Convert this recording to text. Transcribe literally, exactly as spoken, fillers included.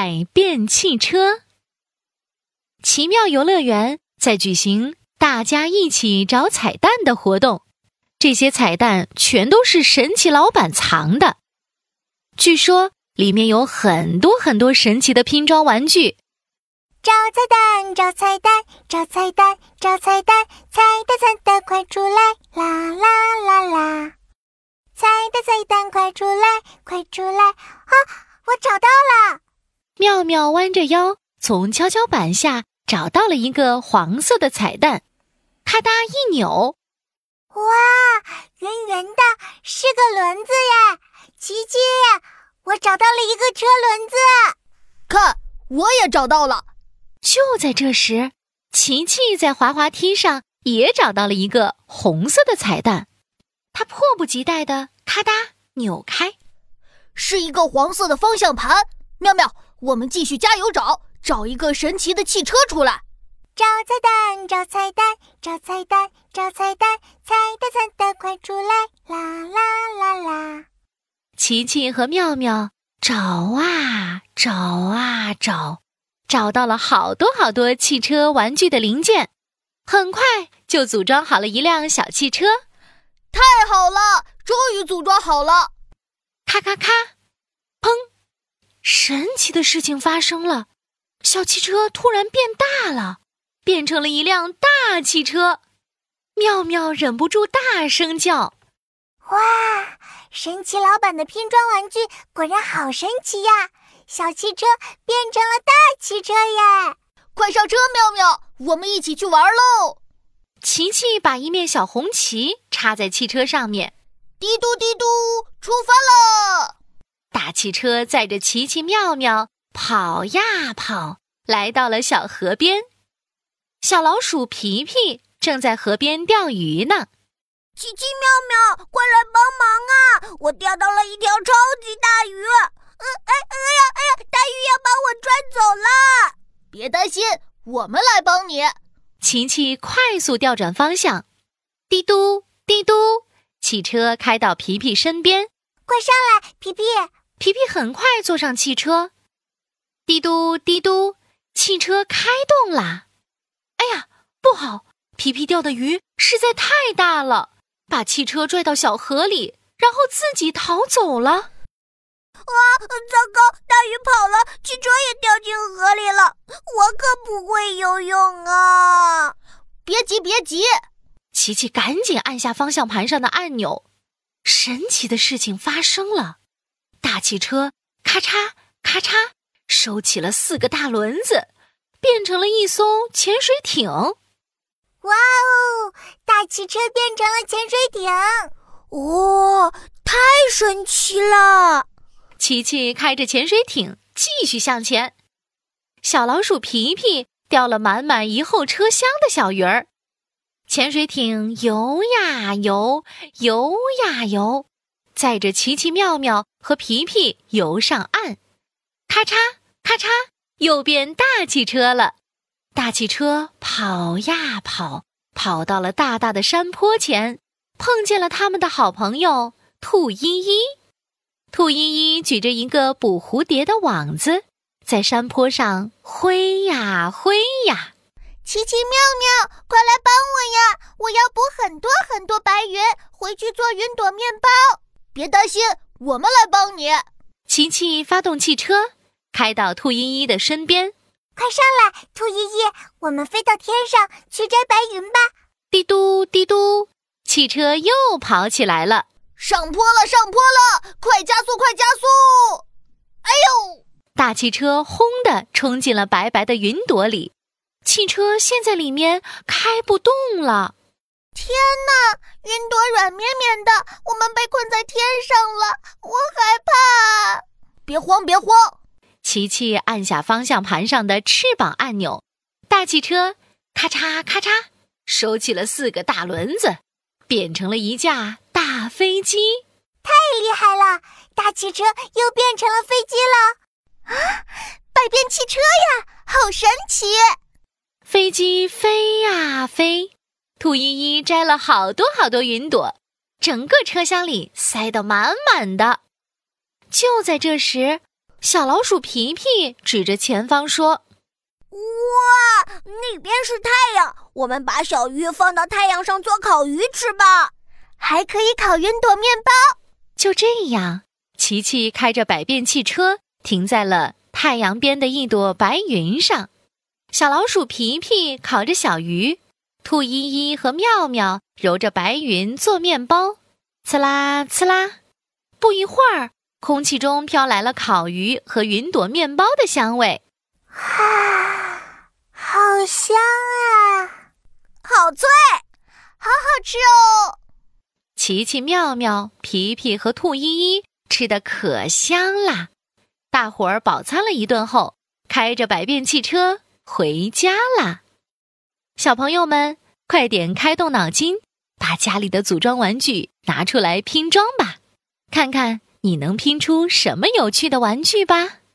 百变汽车。奇妙游乐园在举行大家一起找彩蛋的活动，这些彩蛋全都是神奇老板藏的。据说里面有很多很多神奇的拼装玩具。 找彩蛋，找彩蛋，找彩蛋，找彩蛋，彩蛋彩蛋快出来，啦啦啦啦！彩蛋彩蛋快出来，快出来！啊，我找到了！ 妙妙弯着腰，从跷跷板下找到了一个黄色的彩蛋，咔嗒一扭， 哇，圆圆的，是个轮子耶！奇奇，我找到了一个车轮子。 看，我也找到了。 就在这时，琪琪在滑滑梯上也找到了一个红色的彩蛋，他迫不及待地咔嗒扭开， 是一个黄色的方向盘。妙妙，我们继续加油找，找一个神奇的汽车出来。 找彩蛋，找彩蛋，找彩蛋，找彩蛋，彩蛋彩蛋快出来，啦啦啦啦！ 琪琪和妙妙找啊找啊找，找到了好多好多汽车玩具的零件，很快就组装好了一辆小汽车。 太好了，终于组装好了！ 咔咔咔，砰！神奇的事情发生了，小汽车突然变大了，变成了一辆大汽车。妙妙忍不住大声叫： 哇，神奇老板的拼装玩具果然好神奇呀！小汽车变成了大汽车耶！ 快上车，妙妙，我们一起去玩喽！ 琪琪把一面小红旗插在汽车上面， 滴嘟滴嘟，出发了！ 大汽车载着琪琪妙妙跑呀跑，来到了小河边。小老鼠皮皮正在河边钓鱼呢。 奇奇妙妙，快来帮忙啊！我钓到了一条超级大鱼！嗯，哎哎呀哎呀，大鱼要把我抓走了！ 别担心，我们来帮你。 琪琪快速调转方向，滴嘟滴嘟，汽车开到皮皮身边。 快上来，皮皮！ 皮皮很快坐上汽车，滴嘟滴嘟，汽车开动啦！哎呀，不好！皮皮钓的鱼实在太大了，把汽车拽到小河里，然后自己逃走了。 啊，糟糕！大鱼跑了，汽车也掉进河里了。我可不会游泳啊！ 别急，别急！ 琪琪赶紧按下方向盘上的按钮。神奇的事情发生了，大汽车咔嚓咔嚓收起了四个大轮子，变成了一艘潜水艇。 哇哦！大汽车变成了潜水艇！哦，太神奇了！ 琪琪开着潜水艇继续向前，小老鼠皮皮钓了满满一后车厢的小鱼儿。潜水艇游呀游，游呀游，载着奇奇妙妙和皮皮游上岸。咔嚓咔嚓，又变大汽车了。大汽车跑呀跑，跑到了大大的山坡前，碰见了他们的好朋友兔依依。兔依依举着一个捕蝴蝶的网子，在山坡上挥呀挥呀。 奇奇妙妙，快来帮我呀！我要捕很多很多白云，回去做云朵面包。 别担心，我们来帮你。 琪琪发动汽车，开到兔依依的身边。 快上来，兔依依，我们飞到天上去摘白云吧！ 滴嘟滴嘟，汽车又跑起来了。 上坡了，上坡了！快加速，快加速！哎呦！ 大汽车轰地冲进了白白的云朵里，汽车陷在里面开不动了。 天哪，云朵软绵绵的，我们被困在天上了，我害怕。 别慌，别慌！ 琪琪按下方向盘上的翅膀按钮，大汽车咔嚓咔嚓收起了四个大轮子，变成了一架大飞机。 太厉害了，大汽车又变成了飞机了！啊，百变汽车呀，好神奇！ 飞机飞呀飞，兔依依摘了好多好多云朵，整个车厢里塞得满满的。就在这时， 小老鼠皮皮指着前方说： 哇，那边是太阳，我们把小鱼放到太阳上做烤鱼吃吧，还可以烤云朵面包。 就这样，琪琪开着百变汽车停在了太阳边的一朵白云上。小老鼠皮皮烤着小鱼，兔依依和妙妙揉着白云做面包，呲啦呲啦。不一会儿，空气中飘来了烤鱼和云朵面包的香味。 啊，好香啊！好脆，好好吃哦！ 琪琪、妙妙、皮皮和兔依依吃得可香啦。大伙儿饱餐了一顿后，开着百变汽车回家啦。小朋友们，快点开动脑筋，把家里的组装玩具拿出来拼装吧，看看你能拼出什么有趣的玩具吧。